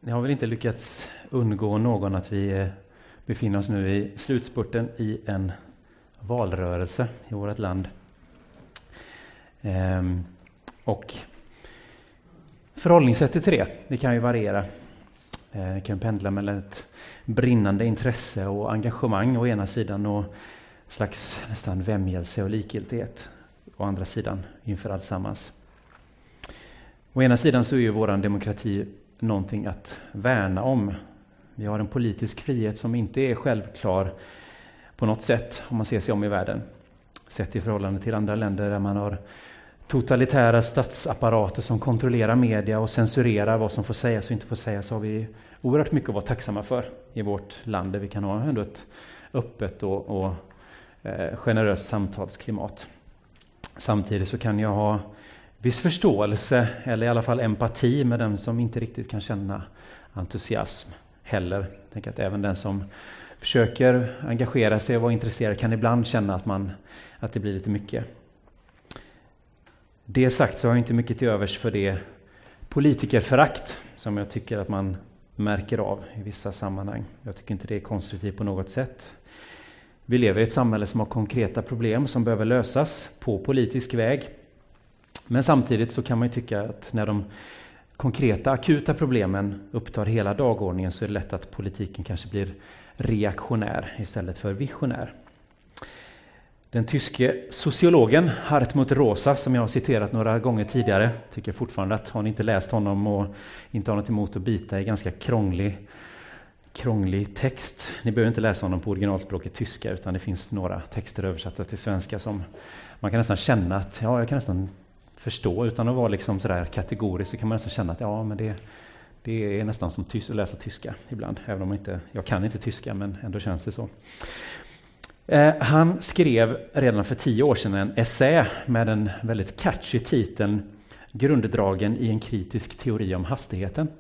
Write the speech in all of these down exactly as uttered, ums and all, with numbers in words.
det har väl inte lyckats undgå någon att vi befinner oss nu i slutspurten i en valrörelse i vårt land. Ehm, och förhållningssättet till det, det kan ju variera. Ehm, det kan pendla mellan ett brinnande intresse och engagemang å ena sidan och slags nästan vämjelse och likgiltighet å andra sidan inför alltsammans. Å ena sidan så är ju vår demokrati någonting att värna om. Vi har en politisk frihet som inte är självklar på något sätt om man ser sig om i världen. Sett i förhållande till andra länder där man har totalitära statsapparater som kontrollerar media och censurerar vad som får sägas och inte får sägas, så har vi oerhört mycket att vara tacksamma för i vårt land, där vi kan ha ändå ett öppet och, och eh, generöst samtalsklimat. Samtidigt så kan jag ha viss förståelse eller i alla fall empati med den som inte riktigt kan känna entusiasm heller. Jag tänker att även den som försöker engagera sig och vara intresserad kan ibland känna att, man, att det blir lite mycket. Det sagt så har jag inte mycket till övers för det politikerförakt som jag tycker att man märker av i vissa sammanhang. Jag tycker inte det är konstruktivt på något sätt. Vi lever i ett samhälle som har konkreta problem som behöver lösas på politisk väg. Men samtidigt så kan man ju tycka att när de konkreta akuta problemen upptar hela dagordningen så är det lätt att politiken kanske blir reaktionär istället för visionär. Den tyske sociologen Hartmut Rosa, som jag har citerat några gånger tidigare, tycker fortfarande att har ni inte läst honom och inte har något emot att bita i ganska krånglig, krånglig text. Ni behöver inte läsa honom på originalspråket tyska, utan det finns några texter översatta till svenska som man kan nästan känna att, ja, jag kan nästan förstå utan att vara liksom sådär kategorisk, så kan man nästan känna att ja, men det, det är nästan som tys- att läsa tyska ibland, även om jag inte, jag kan inte tyska, men ändå känns det så. Eh, han skrev redan för tio år sedan en essä med den väldigt catchy titeln Grunddragen i en kritisk teori om hastigheten.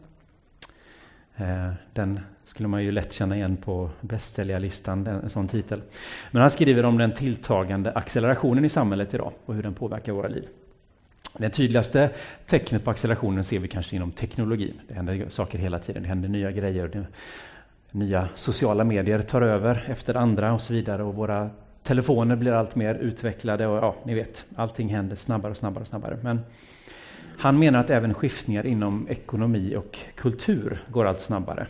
Eh, den skulle man ju lätt känna igen på bästsäljarlistan, en sån titel. Men han skriver om den tilltagande accelerationen i samhället idag och hur den påverkar våra liv. Det tydligaste tecknet på accelerationen ser vi kanske inom teknologin. Det händer saker hela tiden, det händer nya grejer. Det, nya sociala medier tar över efter andra och så vidare. Och våra telefoner blir allt mer utvecklade och ja, ni vet, allting händer snabbare och snabbare och snabbare. Men han menar att även skiftningar inom ekonomi och kultur går allt snabbare.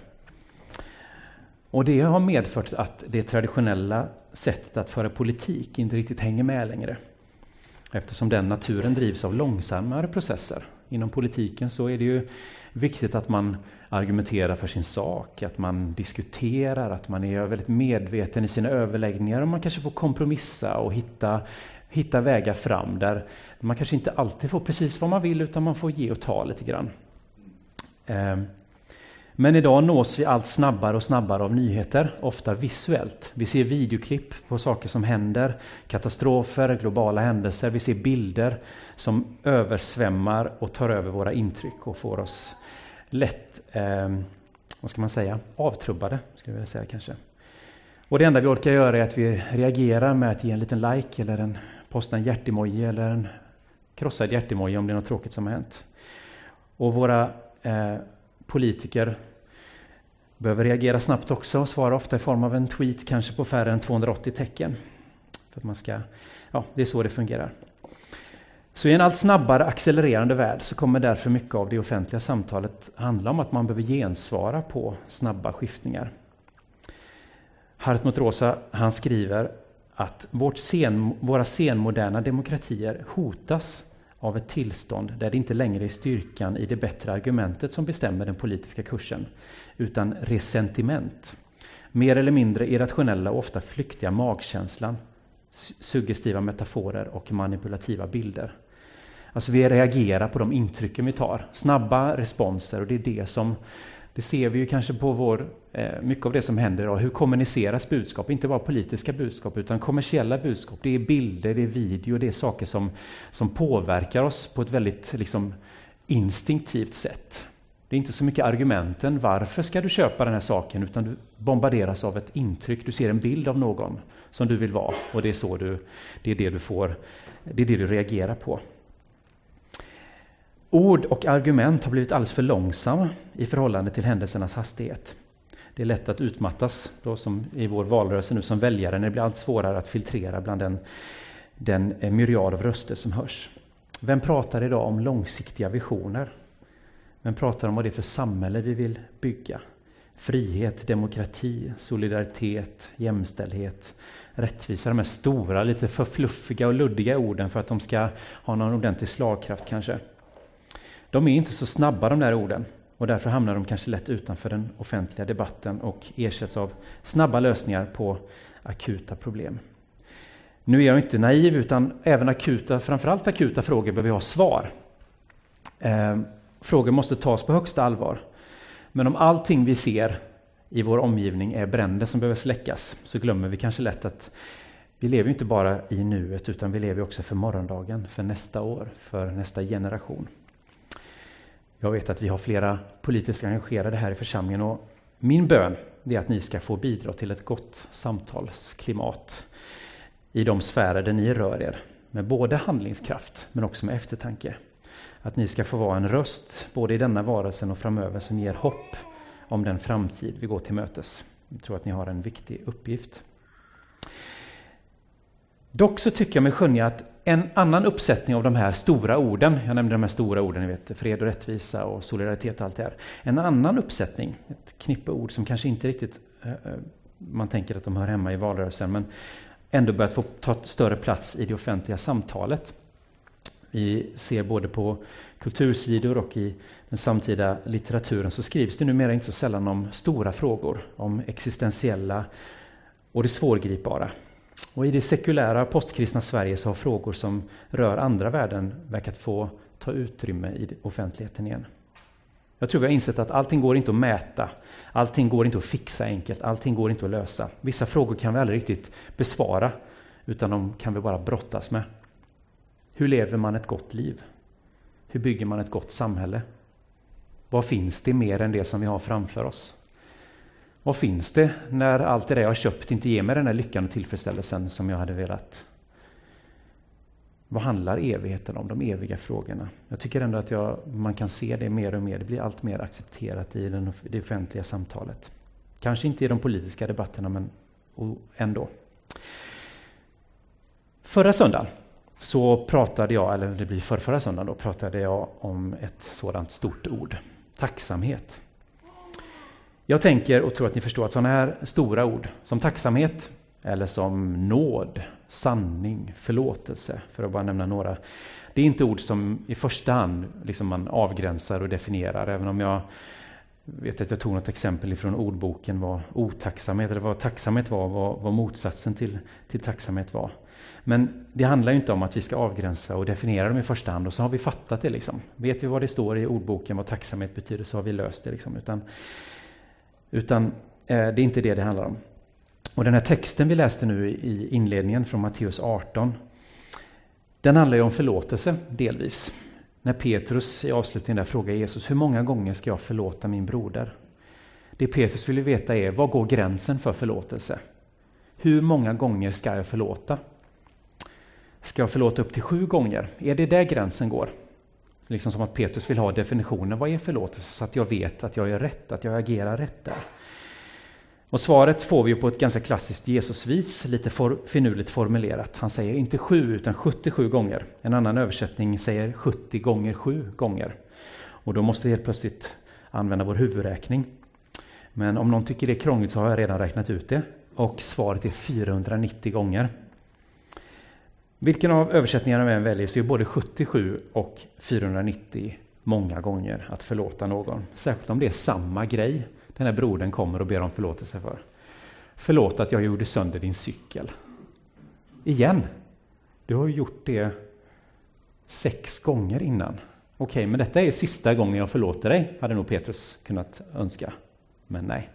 Och det har medfört att det traditionella sättet att föra politik inte riktigt hänger med längre. Eftersom den naturen drivs av långsammare processer. Inom politiken så är det ju viktigt att man argumenterar för sin sak, att man diskuterar, att man är väldigt medveten i sina överläggningar och man kanske får kompromissa och hitta, hitta vägar fram där man kanske inte alltid får precis vad man vill utan man får ge och ta lite grann. Men idag nås vi allt snabbare och snabbare av nyheter, ofta visuellt. Vi ser videoklipp på saker som händer, katastrofer, globala händelser. Vi ser bilder som översvämmar och tar över våra intryck och får oss lätt, eh, vad ska man säga, avtrubbade, ska jag vilja säga kanske. Och det enda vi orkar göra är att vi reagerar med att ge en liten like eller en, posta en hjärtemoji eller en krossad hjärtemoji om det är något tråkigt som har hänt. Och våra eh, politiker behöver reagera snabbt också och svara ofta i form av en tweet kanske på färre än tvåhundraåttio tecken. För att man ska, ja, det är så det fungerar. Så i en allt snabbare accelererande värld så kommer därför mycket av det offentliga samtalet handla om att man behöver gensvara på snabba skiftningar. Hartmut Rosa, han skriver att vårt sen, våra senmoderna demokratier hotas av ett tillstånd där det inte längre är styrkan i det bättre argumentet som bestämmer den politiska kursen, utan resentiment. Mer eller mindre irrationella och ofta flyktiga magkänslan, suggestiva metaforer och manipulativa bilder. Alltså vi reagerar på de intrycken vi tar. Snabba responser, och det är det som, det ser vi ju kanske på vår, eh, mycket av det som händer idag. Hur kommuniceras budskap? Inte bara politiska budskap utan kommersiella budskap. Det är bilder, det är video, det är saker som, som påverkar oss på ett väldigt liksom, instinktivt sätt. Det är inte så mycket argumenten, varför ska du köpa den här saken, utan du bombarderas av ett intryck. Du ser en bild av någon som du vill vara och det är så du, det är det du får, det är det du reagerar på. Ord och argument har blivit alldeles för långsamma i förhållande till händelsernas hastighet. Det är lätt att utmattas, då som i vår valrörelse nu som väljare, när det blir allt svårare att filtrera bland den, den myriad av röster som hörs. Vem pratar idag om långsiktiga visioner? Vem pratar om vad det är för samhälle vi vill bygga? Frihet, demokrati, solidaritet, jämställdhet, rättvisa. De här stora, lite för fluffiga och luddiga orden för att de ska ha någon ordentlig slagkraft kanske. De är inte så snabba de där orden och därför hamnar de kanske lätt utanför den offentliga debatten och ersätts av snabba lösningar på akuta problem. Nu är jag inte naiv, utan även akuta, framförallt akuta frågor behöver ha svar. Eh, frågor måste tas på högsta allvar. Men om allting vi ser i vår omgivning är bränder som behöver släckas, så glömmer vi kanske lätt att vi lever inte bara i nuet, utan vi lever också för morgondagen, för nästa år, för nästa generation. Jag vet att vi har flera politiskt engagerade här i församlingen, och min bön är att ni ska få bidra till ett gott samtalsklimat i de sfärer där ni rör er, med både handlingskraft men också med eftertanke. Att ni ska få vara en röst både i denna varelsen och framöver som ger hopp om den framtid vi går till mötes. Jag tror att ni har en viktig uppgift. Dock så tycker jag mig skönja att en annan uppsättning av de här stora orden, jag nämnde de här stora orden, ni vet, fred och rättvisa och solidaritet och allt det här. En annan uppsättning, ett knippe ord som kanske inte riktigt eh, man tänker att de hör hemma i valrörelsen, men ändå börjat få ta större plats i det offentliga samtalet. Vi ser både på kultursidor och i den samtida litteraturen så skrivs det numera inte så sällan om stora frågor, om existentiella och det svårgripbara. Och i det sekulära postkristna Sverige så har frågor som rör andra värden verkat få ta utrymme i offentligheten igen. Jag tror vi har insett att allting går inte att mäta, allting går inte att fixa enkelt, allting går inte att lösa. Vissa frågor kan vi aldrig riktigt besvara, utan de kan vi bara brottas med. Hur lever man ett gott liv? Hur bygger man ett gott samhälle? Vad finns det mer än det som vi har framför oss? Vad finns det när allt det där jag har köpt inte ger mig den här lyckan och tillfredsställelsen som jag hade velat? Vad handlar evigheten om, de eviga frågorna? Jag tycker ändå att jag, man kan se det mer och mer. Det blir allt mer accepterat i den, det offentliga samtalet. Kanske inte i de politiska debatterna, men ändå. Förra söndagen så pratade jag, eller det blir för förra söndagen då, pratade jag om ett sådant stort ord. Tacksamhet. Jag tänker och tror att ni förstår att sådana här stora ord som tacksamhet eller som nåd, sanning, förlåtelse, för att bara nämna några. Det är inte ord som i första hand liksom man avgränsar och definierar, även om jag vet att jag tog något exempel ifrån ordboken vad otacksamhet, eller vad tacksamhet var, vad, vad motsatsen till, till tacksamhet var. Men det handlar ju inte om att vi ska avgränsa och definiera dem i första hand, och så har vi fattat det liksom. Vet vi vad det står i ordboken, vad tacksamhet betyder, så har vi löst det liksom. Utan, utan eh, det är inte det det handlar om. Och den här texten vi läste nu i inledningen från Matteus arton, den handlar ju om förlåtelse delvis. När Petrus i avslutningen där frågar Jesus, hur många gånger ska jag förlåta min broder? Det Petrus vill veta är, vad går gränsen för förlåtelse? Hur många gånger ska jag förlåta? Ska jag förlåta upp till sju gånger? Är det där gränsen går? Liksom som att Petrus vill ha definitionen, vad är förlåtelse? Så att jag vet att jag är rätt, att jag agerar rätt där. Och svaret får vi ju på ett ganska klassiskt Jesusvis, lite for, finurligt formulerat. Han säger inte sju utan sjuttiosju gånger. En annan översättning säger sjuttio gånger sju gånger. Och då måste vi helt plötsligt använda vår huvudräkning. Men om någon tycker det är krångligt så har jag redan räknat ut det. Och svaret är fyrahundranittio gånger. Vilken av översättningarna vi än väljer så är både sjuttiosju och fyrahundranittio många gånger att förlåta någon. Särskilt om det är samma grej den här brodern kommer och ber om förlåtelse för. Förlåt att jag gjorde sönder din cykel. Igen. Du har ju gjort det sex gånger innan. Okej, men detta är sista gången jag förlåter dig, hade nog Petrus kunnat önska. Men nej.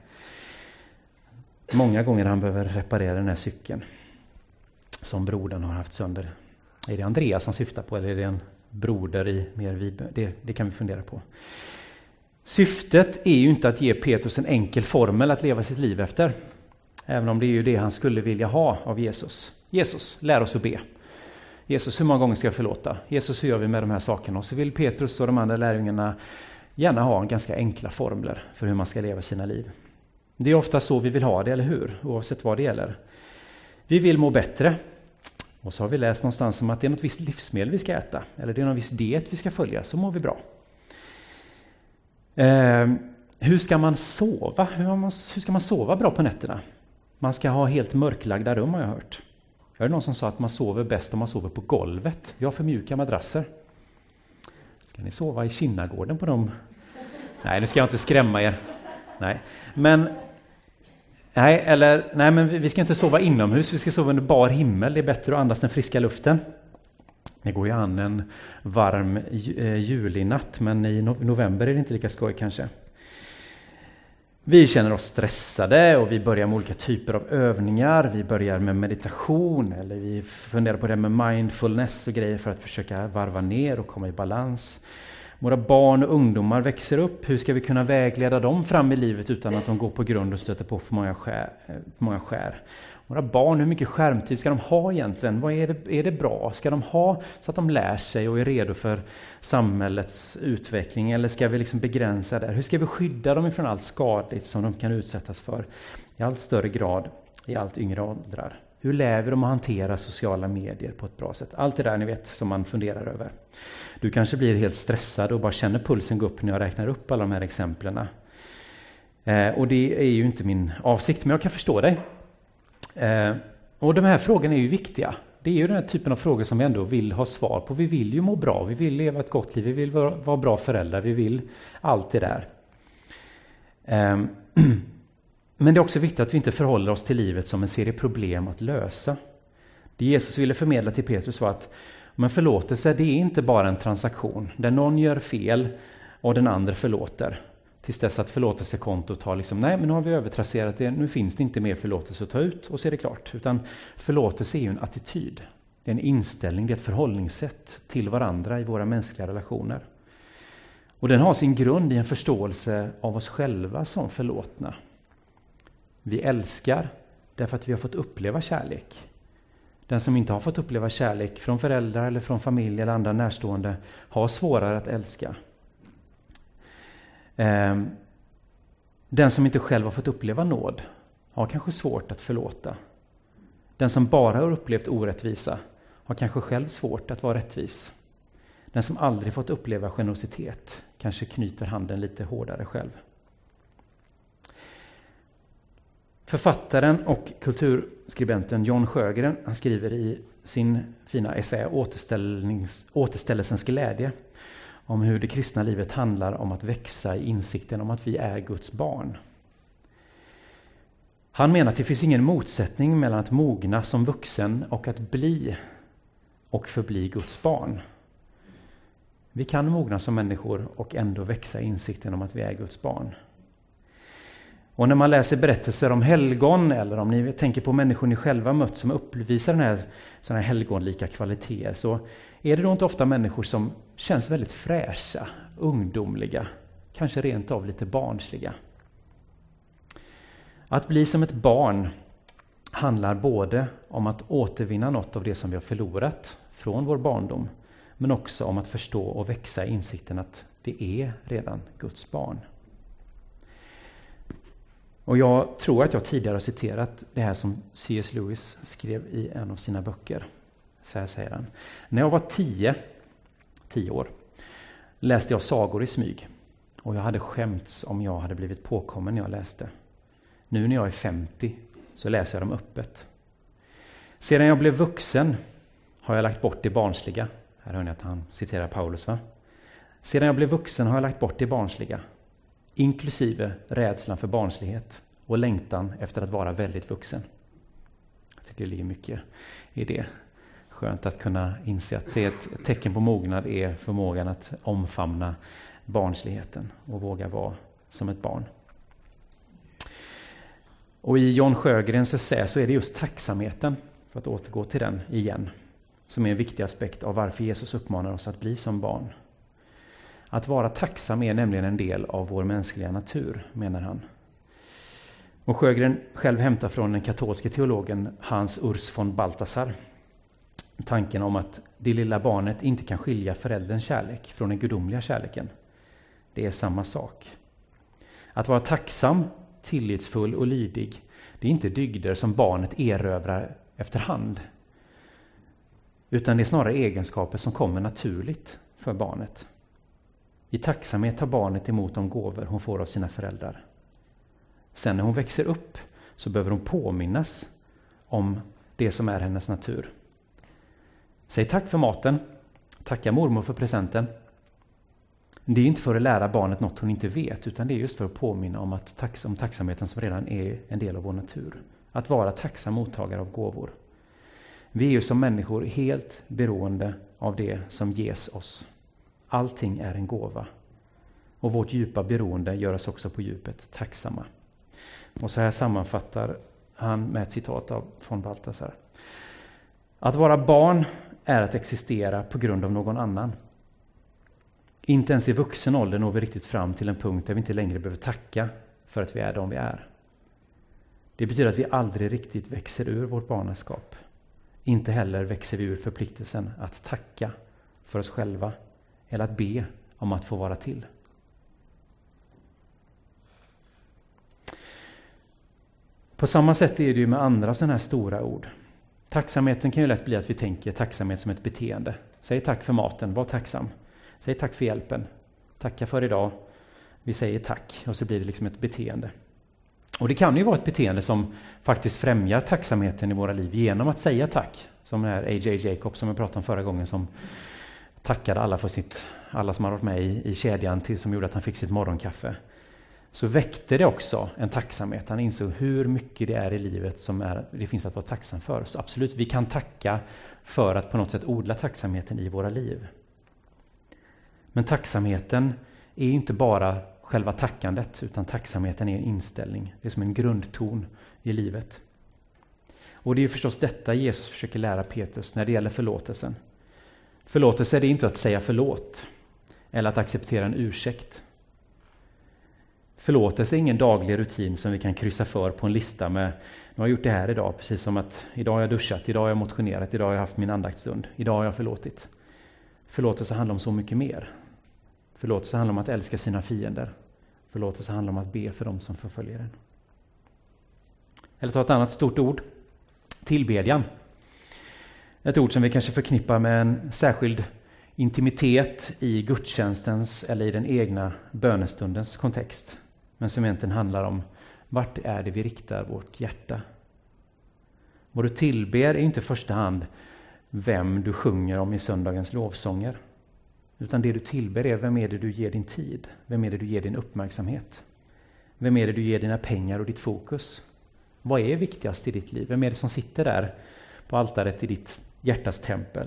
Många gånger han behöver reparera den här cykeln som brodern har haft sönder. Är det Andreas han syftar på, eller är det en broder i mer vid? Det, det kan vi fundera på. Syftet är ju inte att ge Petrus en enkel formel att leva sitt liv efter. Även om det är ju det han skulle vilja ha av Jesus. Jesus, lär oss att be. Jesus, hur många gånger ska jag förlåta? Jesus, hur gör vi med de här sakerna? Och så vill Petrus och de andra lärjungarna gärna ha en ganska enkla formler för hur man ska leva sina liv. Det är ofta så vi vill ha det, eller hur? Oavsett vad det gäller. Vi vill må bättre. Och så har vi läst någonstans om att det är något visst livsmedel vi ska äta. Eller det är någon viss diet vi ska följa, så mår vi bra. Eh, hur ska man sova? Hur, man, hur ska man sova bra på nätterna? Man ska ha helt mörklagda rum, har jag hört. Jag hörde någon som sa att man sover bäst om man sover på golvet. Vi har för mjuka madrasser. Ska ni sova i Kinnagården på dem? Nej, nu ska jag inte skrämma er. Nej, men... Nej, eller, nej, men vi ska inte sova inomhus, vi ska sova under bar himmel. Det är bättre att andas den friska luften. Det går ju an en varm julinatt, men i november är det inte lika skoj kanske. Vi känner oss stressade och vi börjar med olika typer av övningar. Vi börjar med meditation eller vi funderar på det med mindfulness och grejer för att försöka varva ner och komma i balans. Våra barn och ungdomar växer upp. Hur ska vi kunna vägleda dem fram i livet utan att de går på grund och stöter på för många skär? För många skär? Våra barn, hur mycket skärmtid ska de ha egentligen? Vad är det, är det bra? Ska de ha så att de lär sig och är redo för samhällets utveckling? Eller ska vi liksom begränsa det? Hur ska vi skydda dem ifrån allt skadligt som de kan utsättas för i allt större grad i allt yngre åldrar? Hur lär vi dem att hantera sociala medier på ett bra sätt? Allt det där ni vet som man funderar över. Du kanske blir helt stressad och bara känner pulsen gå upp när jag räknar upp alla de här exemplen. Eh, och det är ju inte min avsikt, men jag kan förstå dig. Eh, och de här frågorna är ju viktiga. Det är ju den här typen av frågor som vi ändå vill ha svar på. Vi vill ju må bra, vi vill leva ett gott liv, vi vill vara, vara bra föräldrar, vi vill allt det där. Eh, men det är också viktigt att vi inte förhåller oss till livet som en serie problem att lösa. Det Jesus ville förmedla till Petrus var att men förlåtelse, det är inte bara en transaktion där någon gör fel och den andra förlåter. Tills dess att förlåtelsekontot har liksom, nej men nu har vi övertrasserat det, nu finns det inte mer förlåtelse att ta ut och så är det klart. Utan förlåtelse är ju en attityd, det är en inställning, det är ett förhållningssätt till varandra i våra mänskliga relationer. Och den har sin grund i en förståelse av oss själva som förlåtna. Vi älskar därför att vi har fått uppleva kärlek. Den som inte har fått uppleva kärlek från föräldrar eller från familj eller andra närstående har svårare att älska. Den som inte själv har fått uppleva nåd har kanske svårt att förlåta. Den som bara har upplevt orättvisa har kanske själv svårt att vara rättvis. Den som aldrig fått uppleva generositet kanske knyter handen lite hårdare själv. Författaren och kulturskribenten John Sjögren, han skriver i sin fina essä Återställelsens glädje om hur det kristna livet handlar om att växa i insikten om att vi är Guds barn. Han menar att det finns ingen motsättning mellan att mogna som vuxen och att bli och förbli Guds barn. Vi kan mogna som människor och ändå växa i insikten om att vi är Guds barn. Och när man läser berättelser om helgon eller om ni tänker på människor ni själva mött som uppvisar den här, såna här helgonlika kvaliteter, så är det då inte ofta människor som känns väldigt fräscha, ungdomliga, kanske rent av lite barnsliga. Att bli som ett barn handlar både om att återvinna något av det som vi har förlorat från vår barndom, men också om att förstå och växa i insikten att vi är redan Guds barn. Och jag tror att jag tidigare har citerat det här som C S Lewis skrev i en av sina böcker. Så här säger han. När jag var tio, tio år läste jag sagor i smyg. Och jag hade skämts om jag hade blivit påkommen när jag läste. Nu när jag är femtio så läser jag dem öppet. Sedan jag blev vuxen har jag lagt bort det barnsliga. Här hör ni att han citerar Paulus, va? Sedan jag blev vuxen har jag lagt bort det barnsliga. Inklusive rädslan för barnslighet och längtan efter att vara väldigt vuxen. Jag tycker det ligger mycket i det. Skönt att kunna inse att det är ett tecken på mognad är förmågan att omfamna barnsligheten och våga vara som ett barn. Och i John Sjögrens essä så är det just tacksamheten, för att återgå till den igen, som är en viktig aspekt av varför Jesus uppmanar oss att bli som barn. Att vara tacksam är nämligen en del av vår mänskliga natur, menar han. Och Sjögren själv hämtar från den katolske teologen Hans Urs von Balthasar. tanken om att det lilla barnet inte kan skilja förälderns kärlek från den gudomliga kärleken. Det är samma sak. Att vara tacksam, tillitsfull och lydig, det är inte dygder som barnet erövrar efterhand. Utan det är snarare egenskaper som kommer naturligt för barnet. I tacksamhet tar barnet emot de gåvor hon får av sina föräldrar. Sen när hon växer upp så behöver hon påminnas om det som är hennes natur. Säg tack för maten. Tacka mormor för presenten. Det är inte för att lära barnet något hon inte vet, utan det är just för att påminna om, att tax- om tacksamheten som redan är en del av vår natur. Att vara tacksam mottagare av gåvor. Vi är ju som människor helt beroende av det som ges oss. Allting är en gåva. Och vårt djupa beroende gör oss också på djupet tacksamma. Och så här sammanfattar han med ett citat av von Balthasar. Att vara barn är att existera på grund av någon annan. Inte ens i vuxen ålder når vi riktigt fram till en punkt där vi inte längre behöver tacka för att vi är de vi är. Det betyder att vi aldrig riktigt växer ur vårt barnaskap. Inte heller växer vi ur förpliktelsen att tacka för oss själva eller att be om att få vara till. På samma sätt är det ju med andra sådana här stora ord. Tacksamheten kan ju lätt bli att vi tänker tacksamhet som ett beteende. Säg tack för maten, var tacksam. Säg tack för hjälpen. Tacka för idag. Vi säger tack och så blir det liksom ett beteende. Och det kan ju vara ett beteende som faktiskt främjar tacksamheten i våra liv genom att säga tack. Som den här A J Jacobs som jag pratade om förra gången, som tackade alla för sitt, alla som har varit med i, i kedjan till, som gjorde att han fick sitt morgonkaffe. Så väckte det också en tacksamhet. Han insåg hur mycket det är i livet som är, det finns att vara tacksam för. Så absolut, vi kan tacka för att på något sätt odla tacksamheten i våra liv. Men tacksamheten är inte bara själva tackandet, utan tacksamheten är en inställning. Det är som en grundton i livet. Och det är förstås detta Jesus försöker lära Petrus när det gäller förlåtelsen. Förlåtelse är det inte att säga förlåt eller att acceptera en ursäkt. Förlåtelse är ingen daglig rutin som vi kan kryssa för på en lista med, nu har jag gjort det här idag, precis som att idag har jag duschat, idag har jag motionerat, idag har jag haft min andaktsstund, idag har jag förlåtit. Förlåtelse handlar om så mycket mer. Förlåtelse handlar om att älska sina fiender. Förlåtelse handlar om att be för dem som förföljer en. Eller ta ett annat stort ord. Tillbedjan. Ett ord som vi kanske förknippar med en särskild intimitet i gudstjänstens eller i den egna bönestundens kontext. Men som egentligen handlar om vart är det vi riktar vårt hjärta. Vad du tillber är inte i första hand vem du sjunger om i söndagens lovsånger. Utan det du tillber är vem är det du ger din tid. Vem är det du ger din uppmärksamhet. Vem är det du ger dina pengar och ditt fokus. Vad är viktigast i ditt liv? Vem är det som sitter där på altaret i ditt hjärtas tempel?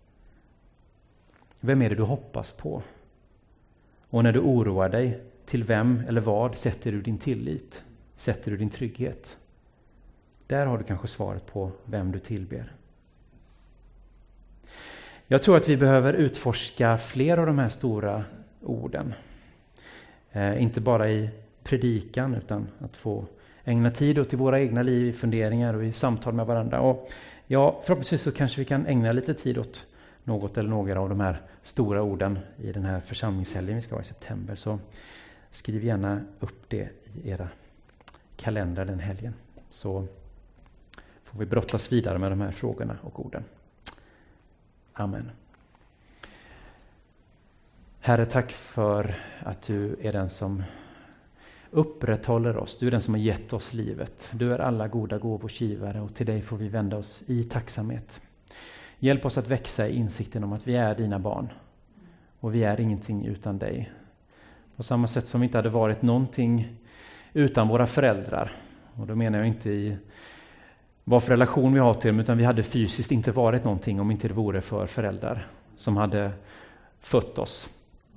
Vem är det du hoppas på? Och när du oroar dig, till vem eller vad sätter du din tillit? Sätter du din trygghet? Där har du kanske svaret på vem du tillber. Jag tror att vi behöver utforska fler av de här stora orden. Eh, inte bara i predikan, utan att få ägna tid åt i våra egna liv, i funderingar och i samtal med varandra. Och ja, förhoppningsvis så kanske vi kan ägna lite tid åt något eller några av de här stora orden i den här församlingshelgen vi ska ha i september. Så skriv gärna upp det i era kalendrar den helgen. Så får vi brottas vidare med de här frågorna och orden. Amen. Herre, tack för att du är den som upprätthåller oss. Du är den som har gett oss livet. Du är alla goda gåvors givare och till dig får vi vända oss i tacksamhet. Hjälp oss att växa i insikten om att vi är dina barn. Och vi är ingenting utan dig. På samma sätt som vi inte hade varit någonting utan våra föräldrar. Och då menar jag inte i vad för relation vi har till dem, utan vi hade fysiskt inte varit någonting om inte det vore för föräldrar som hade fött oss.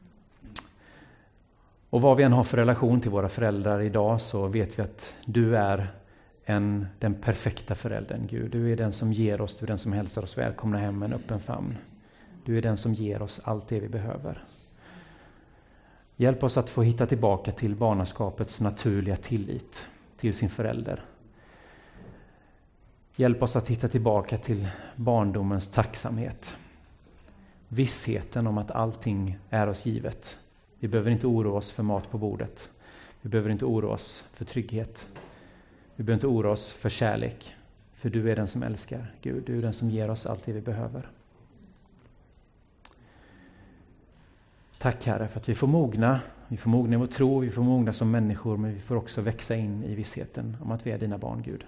Och vad vi än har för relation till våra föräldrar idag, så vet vi att du är en, den perfekta föräldern, Gud. Du är den som ger oss, du är den som hälsar oss välkomna hem med en öppen famn. Du är den som ger oss allt det vi behöver. Hjälp oss att få hitta tillbaka till barnaskapets naturliga tillit till sin förälder. Hjälp oss att hitta tillbaka till barndomens tacksamhet. Vissheten om att allting är oss givet. Vi behöver inte oroa oss för mat på bordet. Vi behöver inte oroa oss för trygghet. Vi behöver inte oroa oss för kärlek. För du är den som älskar. Gud, du är den som ger oss allt det vi behöver. Tack Herre för att vi får mogna. Vi får mogna i vår tro, vi får mogna som människor, men vi får också växa in i vissheten om att vi är dina barn, Gud.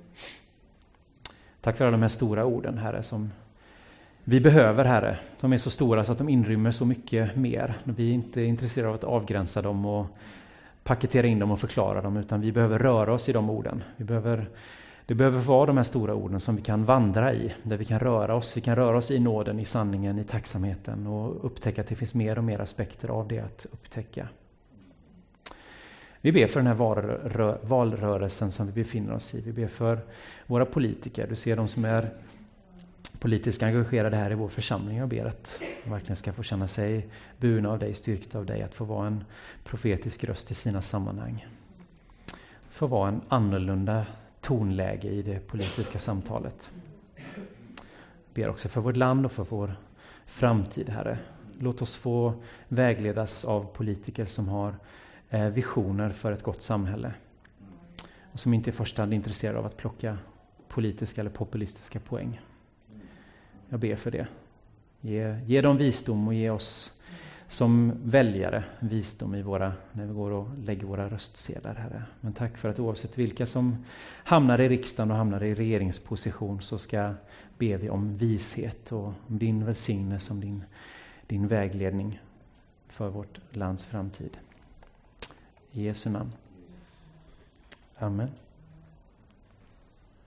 Tack för alla de här stora orden, Herre, som vi behöver, Herre. De är så stora så att de inrymmer så mycket mer. Vi är inte intresserade av att avgränsa dem och paketera in dem och förklara dem, utan vi behöver röra oss i de orden. Vi behöver, det behöver vara de här stora orden som vi kan vandra i, där vi kan röra oss. Vi kan röra oss i nåden, i sanningen, i tacksamheten och upptäcka att det finns mer och mer aspekter av det att upptäcka. Vi ber för den här valrö- valrörelsen som vi befinner oss i. Vi ber för våra politiker. Du ser de som är politiskt engagerade här i vår församling. Jag ber att de verkligen ska få känna sig burna av dig, styrkta av dig. Att få vara en profetisk röst i sina sammanhang. Att få vara en annorlunda tonläge i det politiska samtalet. Jag ber också för vårt land och för vår framtid, Herre. Låt oss få vägledas av politiker som har visioner för ett gott samhälle. Och som inte i första hand är intresserade av att plocka politiska eller populistiska poäng. Jag ber för det. Ge, ge dem visdom och ge oss som väljare visdom i våra, när vi går och lägger våra röstsedlar, Herre. Men tack för att oavsett vilka som hamnar i riksdagen och hamnar i regeringsposition, så ska be vi om vishet och om din välsignelse, om din, din vägledning för vårt lands framtid. I Jesu namn. Amen.